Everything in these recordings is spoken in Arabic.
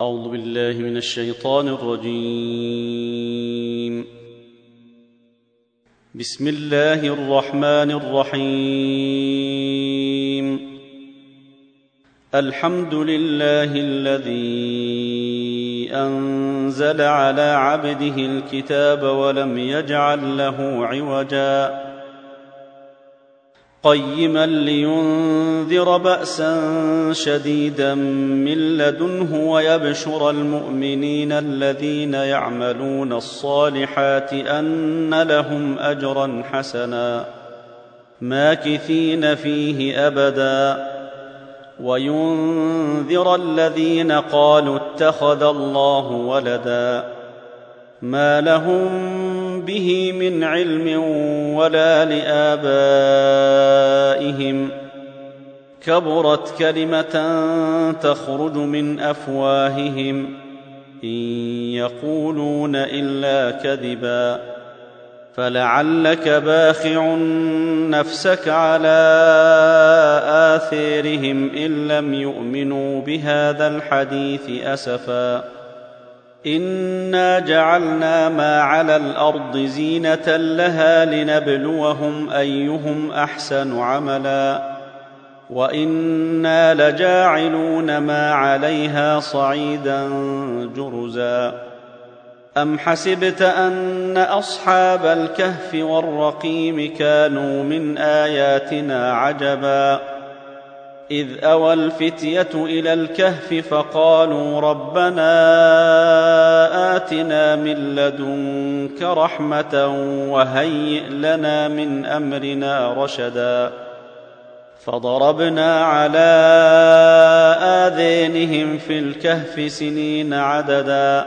أعوذ بالله من الشيطان الرجيم. بسم الله الرحمن الرحيم. الحمد لله الذي أنزل على عبده الكتاب ولم يجعل له عوجا قيما لينذر بأسا شديدا من لدنه ويبشر المؤمنين الذين يعملون الصالحات أن لهم أجرا حسنا ماكثين فيه أبدا وينذر الذين قالوا اتخذ الله ولدا ما لهم به من علم ولا لآبائهم كبرت كلمة تخرج من أفواههم إن يقولون إلا كذبا فلعلك باخع نفسك على آثارهم إن لم يؤمنوا بهذا الحديث أسفا إنا جعلنا ما على الأرض زينة لها لنبلوهم أيهم أحسن عملا وإنا لجاعلون ما عليها صعيدا جرزا أم حسبت أن أصحاب الكهف والرقيم كانوا من آياتنا عجبا إذ أوى الفتية إلى الكهف فقالوا ربنا آتنا من لدنك رحمة وهيئ لنا من أمرنا رشدا فضربنا على آذانهم في الكهف سنين عددا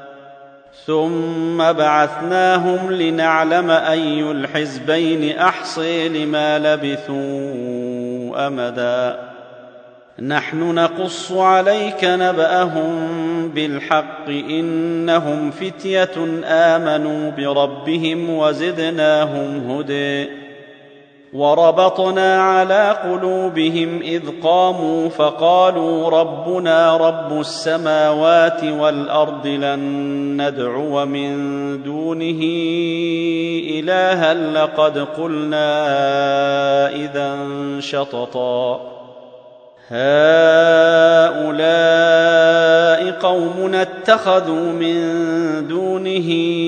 ثم بعثناهم لنعلم أي الحزبين أحصي لما لبثوا أمدا نحن نقص عليك نبأهم بالحق إنهم فتية آمنوا بربهم وزدناهم هدى وربطنا على قلوبهم إذ قاموا فقالوا ربنا رب السماوات والأرض لن ندعو من دونه إلها لقد قلنا إذا شططا هؤلاء قومنا اتخذوا من دونه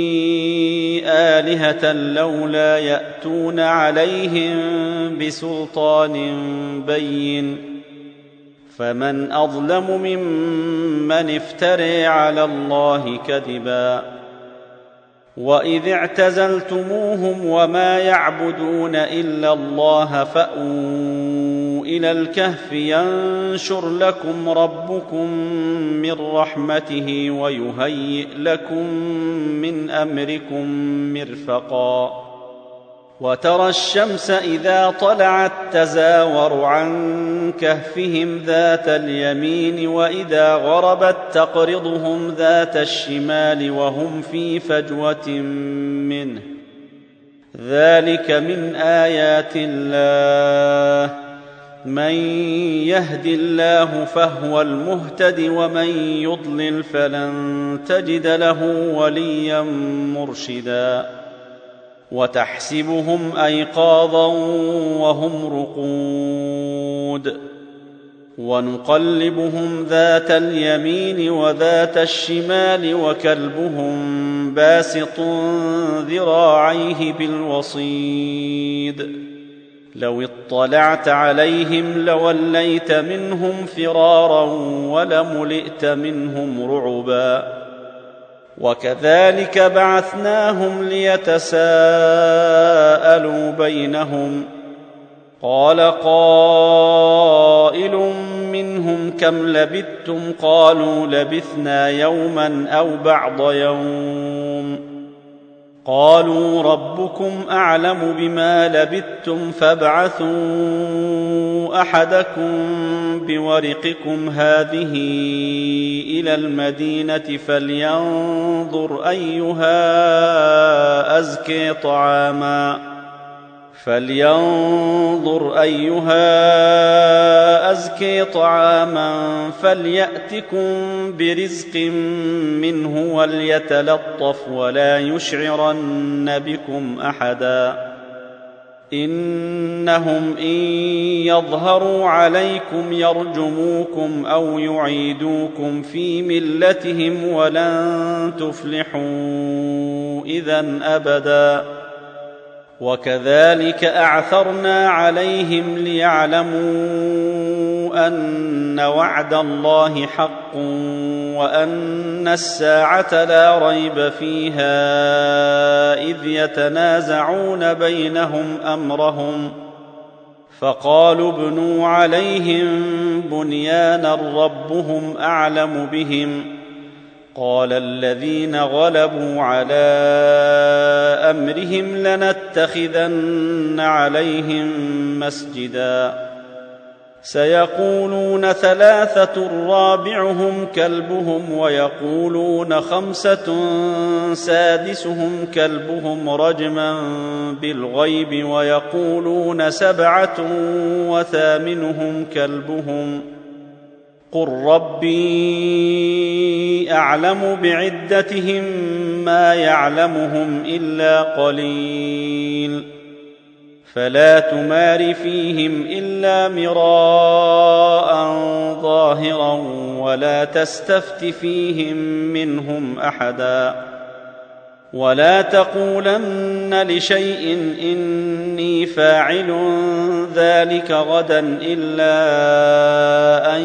آلهة لولا يأتون عليهم بسلطان بين فمن أظلم ممن افترى على الله كذبا وإذ اعتزلتموهم وما يعبدون إلا الله فأووا إلى الكهف ينشر لكم ربكم من رحمته ويهيئ لكم من أمركم مرفقا وترى الشمس إذا طلعت تزاور عن كهفهم ذات اليمين وإذا غربت تقرضهم ذات الشمال وهم في فجوة منه ذلك من آيات الله من يهد الله فهو المهتد ومن يضلل فلن تجد له وليا مرشدا وتحسبهم أيقاظا وهم رقود ونقلبهم ذات اليمين وذات الشمال وكلبهم باسط ذراعيه بالوصيد لو اطلعت عليهم لوليت منهم فرارا ولملئت منهم رعبا وكذلك بعثناهم ليتساءلوا بينهم قال قائل منهم كم لبثتم قالوا لبثنا يوما أو بعض يوم قالوا ربكم أعلم بما لبثتم فابعثوا أحدكم بورقكم هذه إلى المدينة فلينظر أيها أزكى طعاما فلينظر أيها أزكي طعاما فليأتكم برزق منه وليتلطف ولا يشعرن بكم أحدا إنهم إن يظهروا عليكم يرجموكم أو يعيدوكم في ملتهم ولن تفلحوا إذن أبدا وكذلك أعثرنا عليهم ليعلموا أن وعد الله حق وأن الساعة لا ريب فيها إذ يتنازعون بينهم أمرهم فقالوا ابنوا عليهم بنيانا ربهم أعلم بهم قال الذين غلبوا على أمرهم لنتخذن عليهم مسجدا سيقولون ثلاثة رابعهم كلبهم ويقولون خمسة سادسهم كلبهم رجما بالغيب ويقولون سبعة وثامنهم كلبهم قل ربي أعلم بعدتهم ما يعلمهم إلا قليل فلا تمار فيهم إلا مراء ظاهرا ولا تستفت فيهم منهم أحدا ولا تقولن لشيء إني فاعل ذلك غدا إلا أن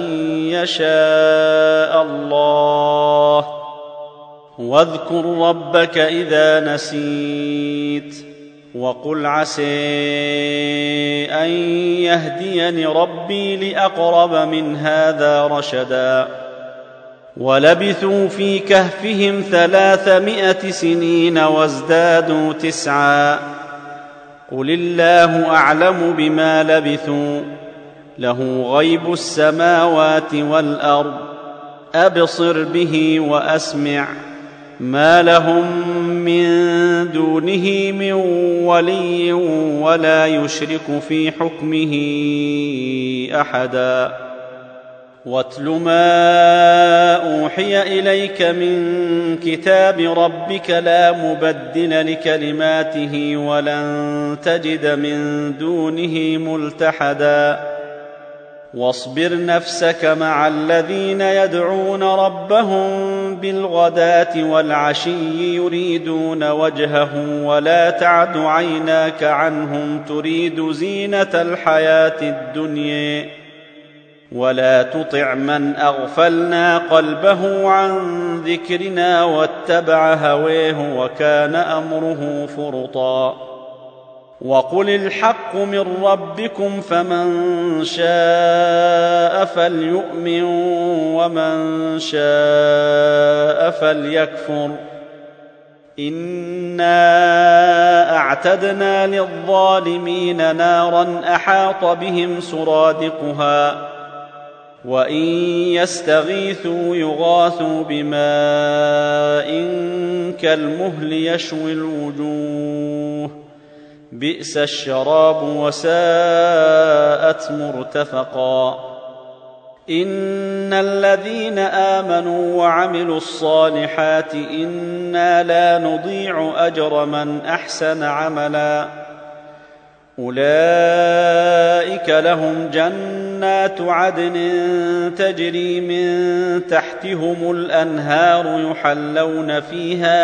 يشاء الله واذكر ربك إذا نسيت وقل عسى أن يهديني ربي لأقرب من هذا رشدا ولبثوا في كهفهم 300 سنين وازدادوا 9 قل الله أعلم بما لبثوا له غيب السماوات والأرض أبصر به وأسمع ما لهم من دونه من ولي ولا يشرك في حكمه أحدا واتل ما أوحي إليك من كتاب ربك لا مبدل لكلماته ولن تجد من دونه ملتحدا واصبر نفسك مع الذين يدعون ربهم بالغداة والعشي يريدون وجهه ولا تعد عيناك عنهم تريد زينة الحياة الدنيا ولا تطع من أغفلنا قلبه عن ذكرنا واتبع هواه وكان أمره فرطا وقل الحق من ربكم فمن شاء فليؤمن ومن شاء فليكفر إنا أعتدنا للظالمين نارا أحاط بهم سرادقها وإن يستغيثوا يغاثوا بماء كالمهل يشوي الوجوه بئس الشراب وساءت مرتفقا إن الذين آمنوا وعملوا الصالحات إنا لا نضيع أجر من أحسن عملا أولئك لهم جنات عدن تجري من تحتهم الأنهار يحلون فيها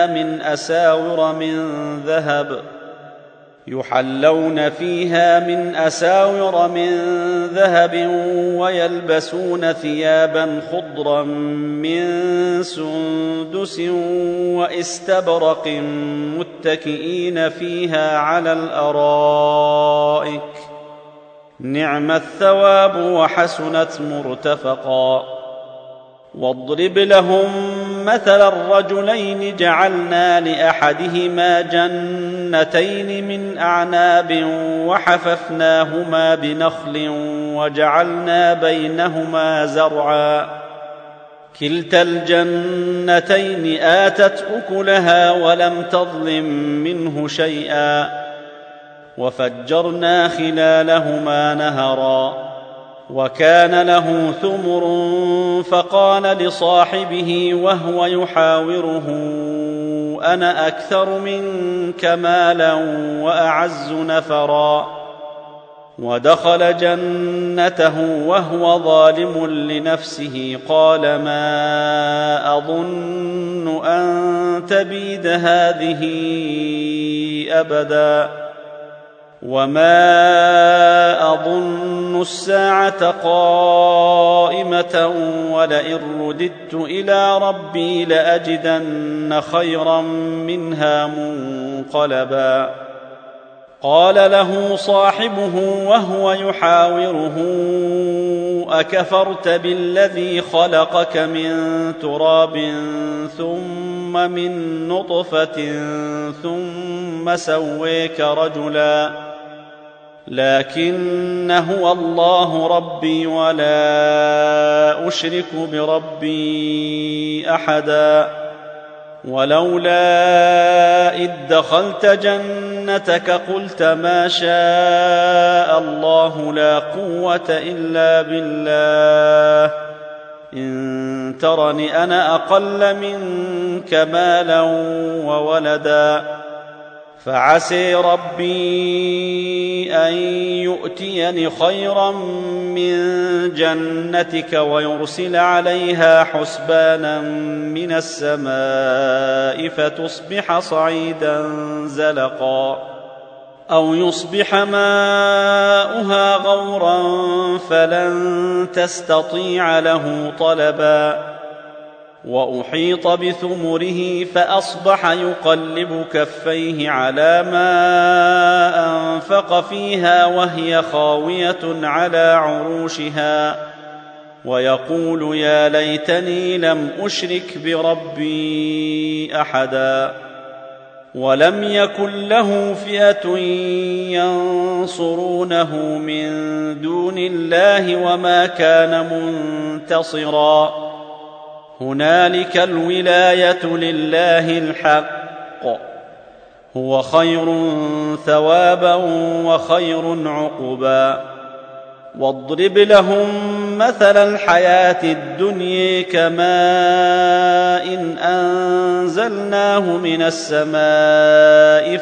من أساور من ذهب ويلبسون ثيابا خضرا من سندس واستبرق متكئين فيها على الأرائك نعم الثواب وحسنت مرتفقا واضرب لهم مثل الرجلين جعلنا لأحدهما جنتين من أعناب وحففناهما بنخل وجعلنا بينهما زرعا كلتا الجنتين آتت أكلها ولم تظلم منه شيئا وفجرنا خلالهما نهرا وكان له ثمر فقال لصاحبه وهو يحاوره أنا أكثر منك مالا وأعز نفرا ودخل جنته وهو ظالم لنفسه قال ما أظن أن تبيد هذه أبدا وما أظن الساعة قائمة ولئن رددت إلى ربي لأجدن خيرا منها منقلبا قال له صاحبه وهو يحاوره أكفرت بالذي خلقك من تراب ثم من نطفة ثم سويك رجلا لكن هو الله ربي ولا أشرك بربي أحدا ولولا إذ دخلت جنتك قلت ما شاء الله لا قوة إلا بالله إن ترني أنا أقل منك مالا وولدا فعسى ربي أن يؤتيني خيرا من جنتك ويرسل عليها حسبانا من السماء فتصبح صعيدا زلقا أو يصبح ماؤها غورا فلن تستطيع له طلبا وأحيط بثمره فأصبح يقلب كفيه على ما أنفق فيها وهي خاوية على عروشها ويقول يا ليتني لم أشرك بربي أحدا ولم يكن له فئة ينصرونه من دون الله وما كان منتصرا هنالك الولاية لله الحق هو خير ثوابا وخير عقبا واضرب لهم مثل الحياة الدنيا كماء أنزلناه من السماء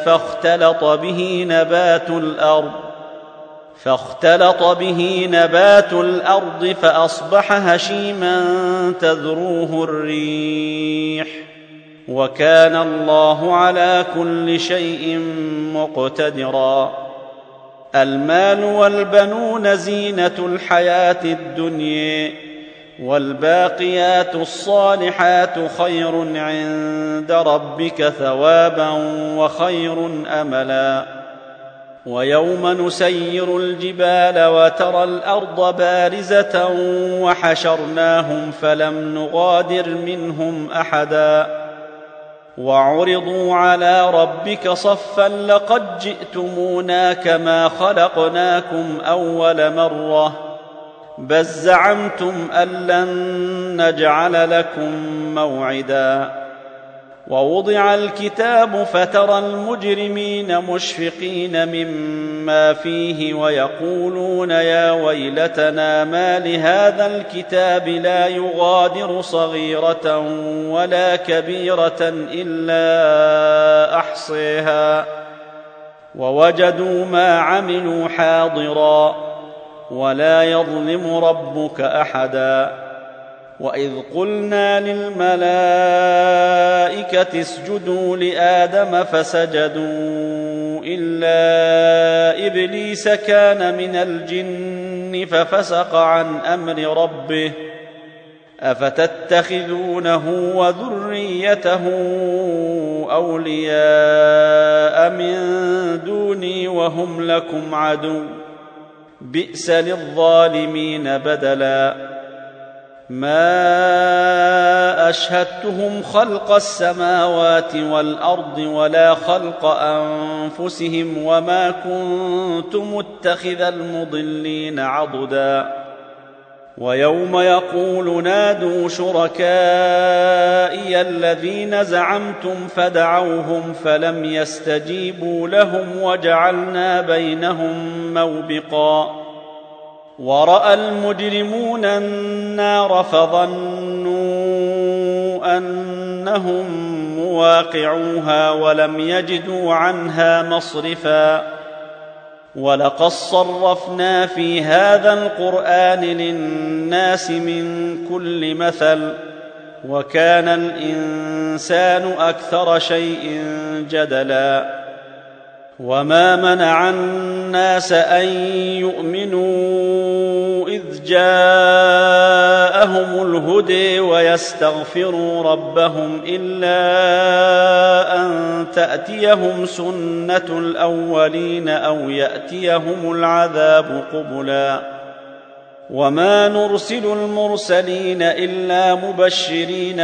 فاختلط به نبات الأرض فأصبح هشيما تذروه الريح وكان الله على كل شيء مقتدرا المال والبنون زينة الحياة الدنيا والباقيات الصالحات خير عند ربك ثوابا وخير أملا ويوم نسير الجبال وترى الأرض بارزة وحشرناهم فلم نغادر منهم أحدا وعرضوا على ربك صفا لقد جئتمونا كما خلقناكم أول مرة بل زعمتم أن لن نجعل لكم موعدا ووضع الكتاب فترى المجرمين مشفقين مما فيه ويقولون يا ويلتنا ما لهذا الكتاب لا يغادر صغيرة ولا كبيرة إلا أحصيها ووجدوا ما عملوا حاضرا ولا يظلم ربك أحدا وإذ قلنا للملائكة اسجدوا لآدم فسجدوا إلا إبليس كان من الجن ففسق عن أمر ربه أفتتخذونه وذريته أولياء من دوني وهم لكم عدو بئس للظالمين بدلا ما أشهدتهم خلق السماوات والأرض ولا خلق أنفسهم وما كنت متخذ المضلين عضدا ويوم يقول نادوا شركائي الذين زعمتم فدعوهم فلم يستجيبوا لهم وجعلنا بينهم موبقا ورأى المجرمون النار فظنوا أنهم مواقعوها ولم يجدوا عنها مصرفا ولقد صرفنا في هذا القرآن للناس من كل مثل وكان الإنسان أكثر شيء جدلا وما منع الناس أن يؤمنوا إذ جاءهم الهدى ويستغفروا ربهم إلا أن تأتيهم سنة الأولين أو يأتيهم العذاب قبلا وما نرسل المرسلين إلا مبشرين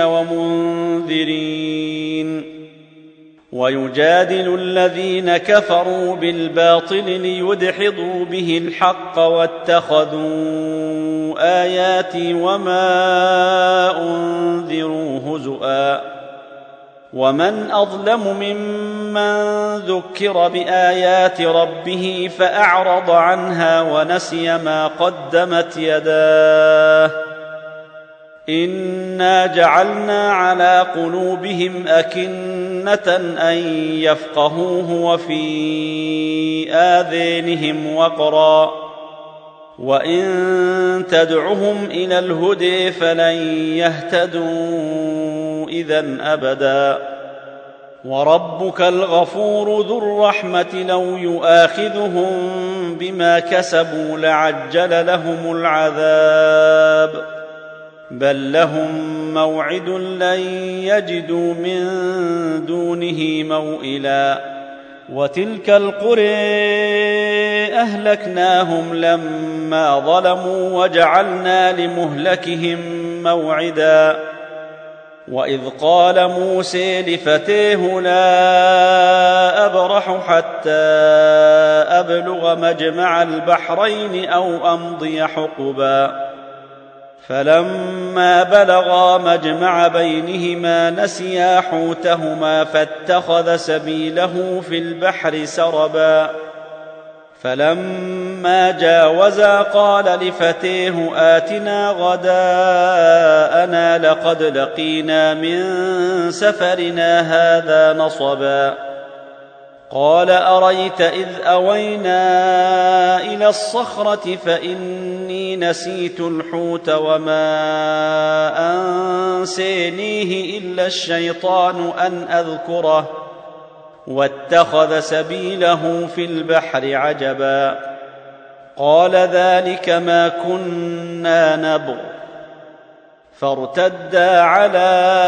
ومنذرين ويجادل الذين كفروا بالباطل ليدحضوا به الحق واتخذوا آياتي وما أنذروا هزؤا ومن أظلم ممن ذكر بآيات ربه فأعرض عنها ونسي ما قدمت يداه إنا جعلنا على قلوبهم أكنة أن يفقهوه وفي آذانهم وقرا وإن تدعهم إلى الهدى فلن يهتدوا إذن أبدا وربك الغفور ذو الرحمة لو يؤاخذهم بما كسبوا لعجل لهم العذاب بل لهم موعد لن يجدوا من دونه موئلا وتلك القرى أهلكناهم لما ظلموا وجعلنا لمهلكهم موعدا وإذ قال موسى لفتاه لا أبرح حتى أبلغ مجمع البحرين أو أمضي حقبا فلما بلغا مجمع بينهما نسيا حوتهما فاتخذ سبيله في البحر سربا فلما جاوزا قال لفتيه آتنا غداءنا لقد لقينا من سفرنا هذا نصبا قال أريت إذ أوينا إلى الصخرة فإني نسيت الحوت وما أنسانيه إلا الشيطان أن أذكره واتخذ سبيله في البحر عجبا قال ذلك ما كنا نبغ فارتدا على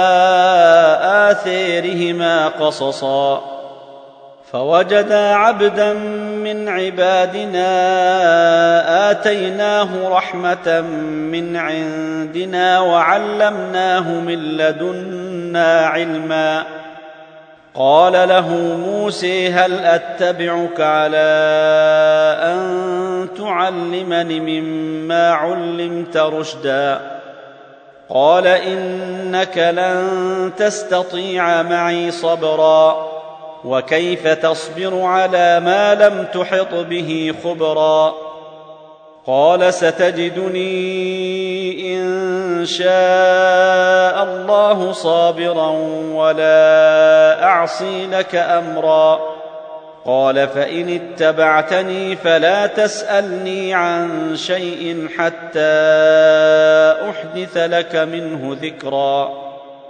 آثارهما قصصا فوجدا عبدا من عبادنا آتيناه رحمة من عندنا وعلمناه من لدنا علما قال له موسى هل أتبعك على أن تعلمني مما علمت رشدا قال إنك لن تستطيع معي صبرا وكيف تصبر على ما لم تحط به خبرا قال ستجدني إن شاء الله صابرا ولا أعصي لك أمرا قال فإن اتبعتني فلا تسألني عن شيء حتى أحدث لك منه ذكرا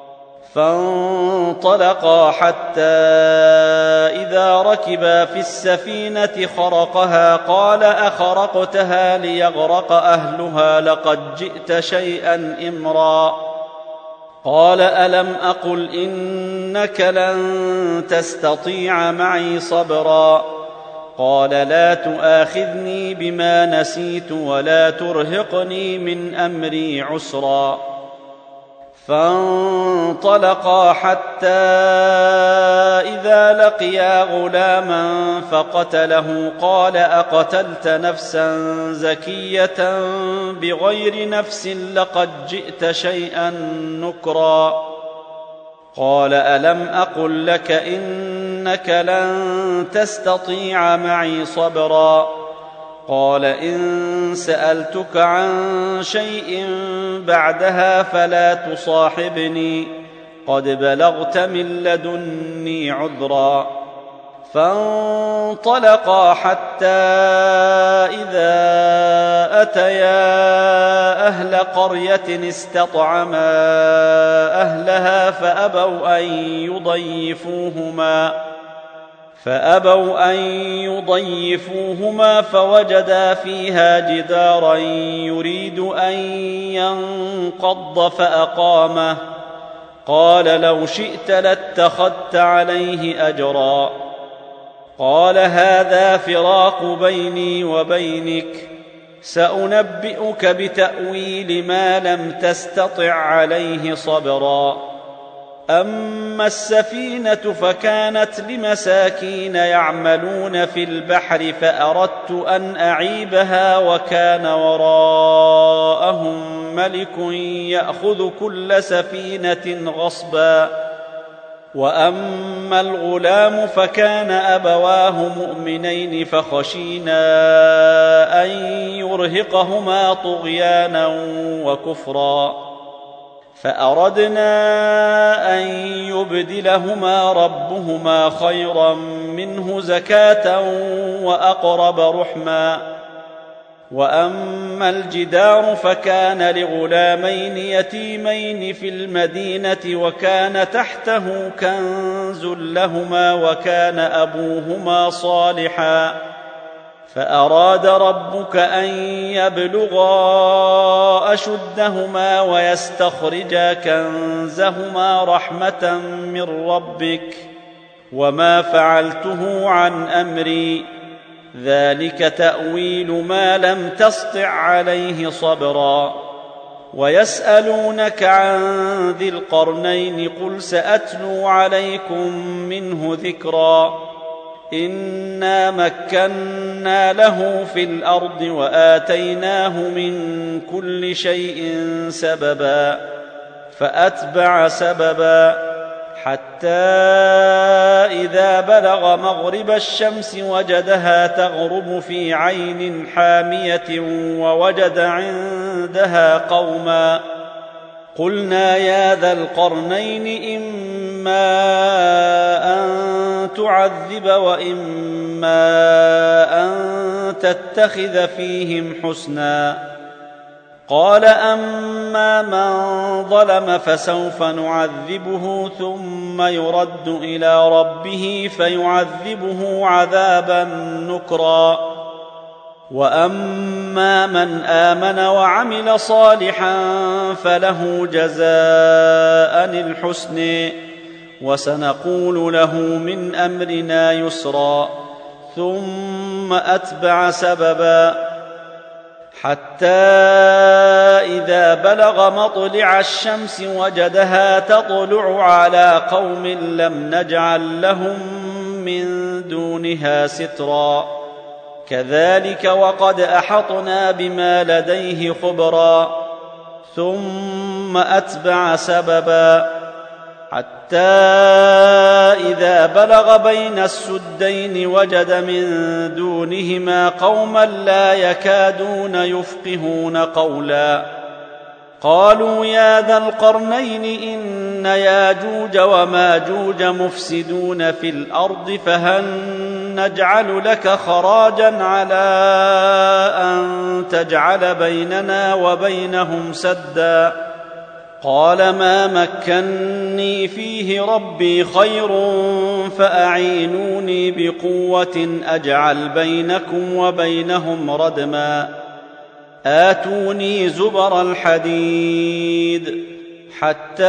فانطلقا حتى إذا ركبا في السفينة خرقها قال أخرقتها ليغرق أهلها لقد جئت شيئا إمرا قال ألم أقل إنك لن تستطيع معي صبرا قال لا تؤاخذني بما نسيت ولا ترهقني من أمري عسرا فانطلقا حتى إذا لقيا غلاما فقتله قال أقتلت نفسا زكية بغير نفس لقد جئت شيئا نكرا قال ألم أقل لك إنك لن تستطيع معي صبرا قال إن سألتك عن شيء بعدها فلا تصاحبني قد بلغت من لدني عذرا فانطلقا حتى إذا أتيا أهل قرية استطعما أهلها فأبوا أن يضيفوهما فوجدا فيها جدارا يريد أن ينقض فأقامه قال لو شئت لاتخذت عليه أجرا قال هذا فراق بيني وبينك سأنبئك بتأويل ما لم تستطع عليه صبرا أما السفينة فكانت لمساكين يعملون في البحر فأردت أن أعيبها وكان وراءهم ملك يأخذ كل سفينة غصبا وأما الغلام فكان أبواه مؤمنين فخشينا أن يرهقهما طغيانا وكفرا فأردنا أن يبدلهما ربهما خيرا منه زكاة وأقرب رحما وأما الجدار فكان لغلامين يتيمين في المدينة وكان تحته كنز لهما وكان أبوهما صالحا فأراد ربك أن يبلغا أشدهما ويستخرجا كنزهما رحمة من ربك وما فعلته عن أمري ذلك تأويل ما لم تسطع عليه صبرا ويسألونك عن ذي القرنين قل سأتلو عليكم منه ذكرا إنا مكنا له في الأرض وآتيناه من كل شيء سببا فأتبع سببا حتى إذا بلغ مغرب الشمس وجدها تغرب في عين حامية ووجد عندها قوما قلنا يا ذا القرنين إما أن تعذب وإما أن تتخذ فيهم حسنا قال أما من ظلم فسوف نعذبه ثم يرد إلى ربه فيعذبه عذابا نكرا وأما من آمن وعمل صالحا فله جزاء الحسن وسنقول له من أمرنا يسرا ثم أتبع سببا حتى إذا بلغ مطلع الشمس وجدها تطلع على قوم لم نجعل لهم من دونها سترا كذلك وقد أحطنا بما لديه خبرا ثم أتبع سببا حتى إذا بلغ بين السدين وجد من دونهما قوما لا يكادون يفقهون قولا قالوا يا ذا القرنين إن ياجوج وماجوج مفسدون في الأرض فهل نجعل لك خراجا على أن تجعل بيننا وبينهم سدا قال ما مكني فيه ربي خير فأعينوني بقوة أجعل بينكم وبينهم ردما آتوني زبر الحديد حتى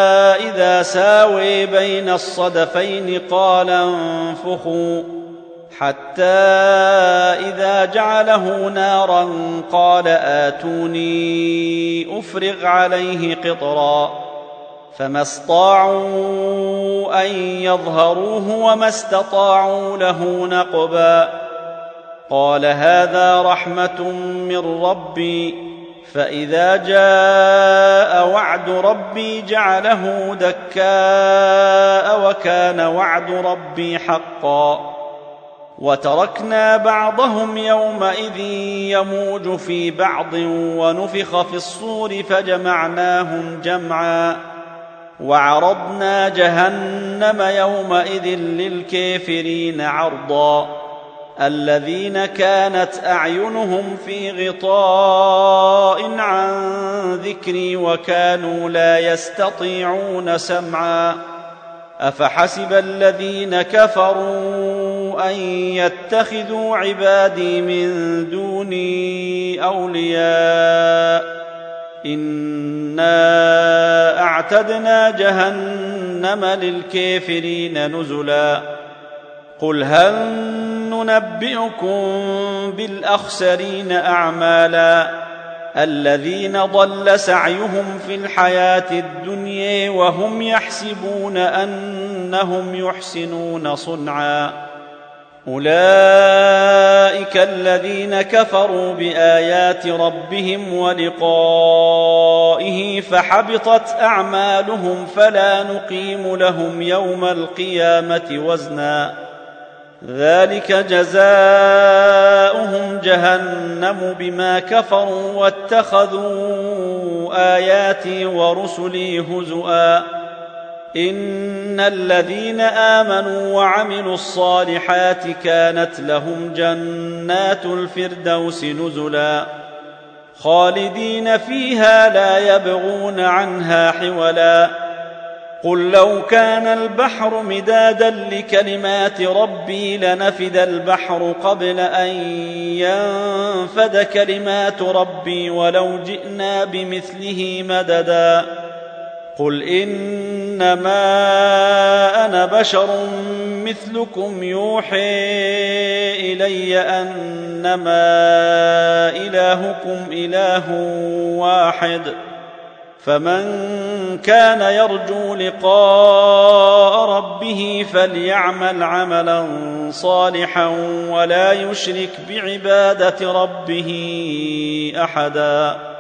إذا ساوي بين الصدفين قال انفخوا حتى إذا جعله نارا قال آتوني أفرغ عليه قطرا فما استطاعوا أن يظهروه وما استطاعوا له نقبا قال هذا رحمة من ربي فإذا جاء وعد ربي جعله دكاء وكان وعد ربي حقا وتركنا بعضهم يومئذ يموج في بعض ونفخ في الصور فجمعناهم جمعا وعرضنا جهنم يومئذ للكافرين عرضا الذين كانت أعينهم في غطاء عن ذكري وكانوا لا يستطيعون سمعا أفحسب الذين كفروا أن يتخذوا عبادي من دوني أولياء إنا أعتدنا جهنم للكافرين نزلا قل هل ننبئكم بالأخسرين أعمالا الذين ضل سعيهم في الحياة الدنيا وهم يحسبون أنهم يحسنون صنعا أولئك الذين كفروا بآيات ربهم ولقائه فحبطت أعمالهم فلا نقيم لهم يوم القيامة وزنا ذلك جزاؤهم جهنم بما كفروا واتخذوا آياتي ورسلي هزؤا إن الذين آمنوا وعملوا الصالحات كانت لهم جنات الفردوس نزلا خالدين فيها لا يبغون عنها حولا قل لو كان البحر مدادا لكلمات ربي لنفد البحر قبل أن ينفد كلمات ربي ولو جئنا بمثله مددا قل إنما أنا بشر مثلكم يوحي إلي أنما إلهكم إله واحد فمن كان يرجو لقاء ربه فليعمل عملا صالحا ولا يشرك بعبادة ربه أحدا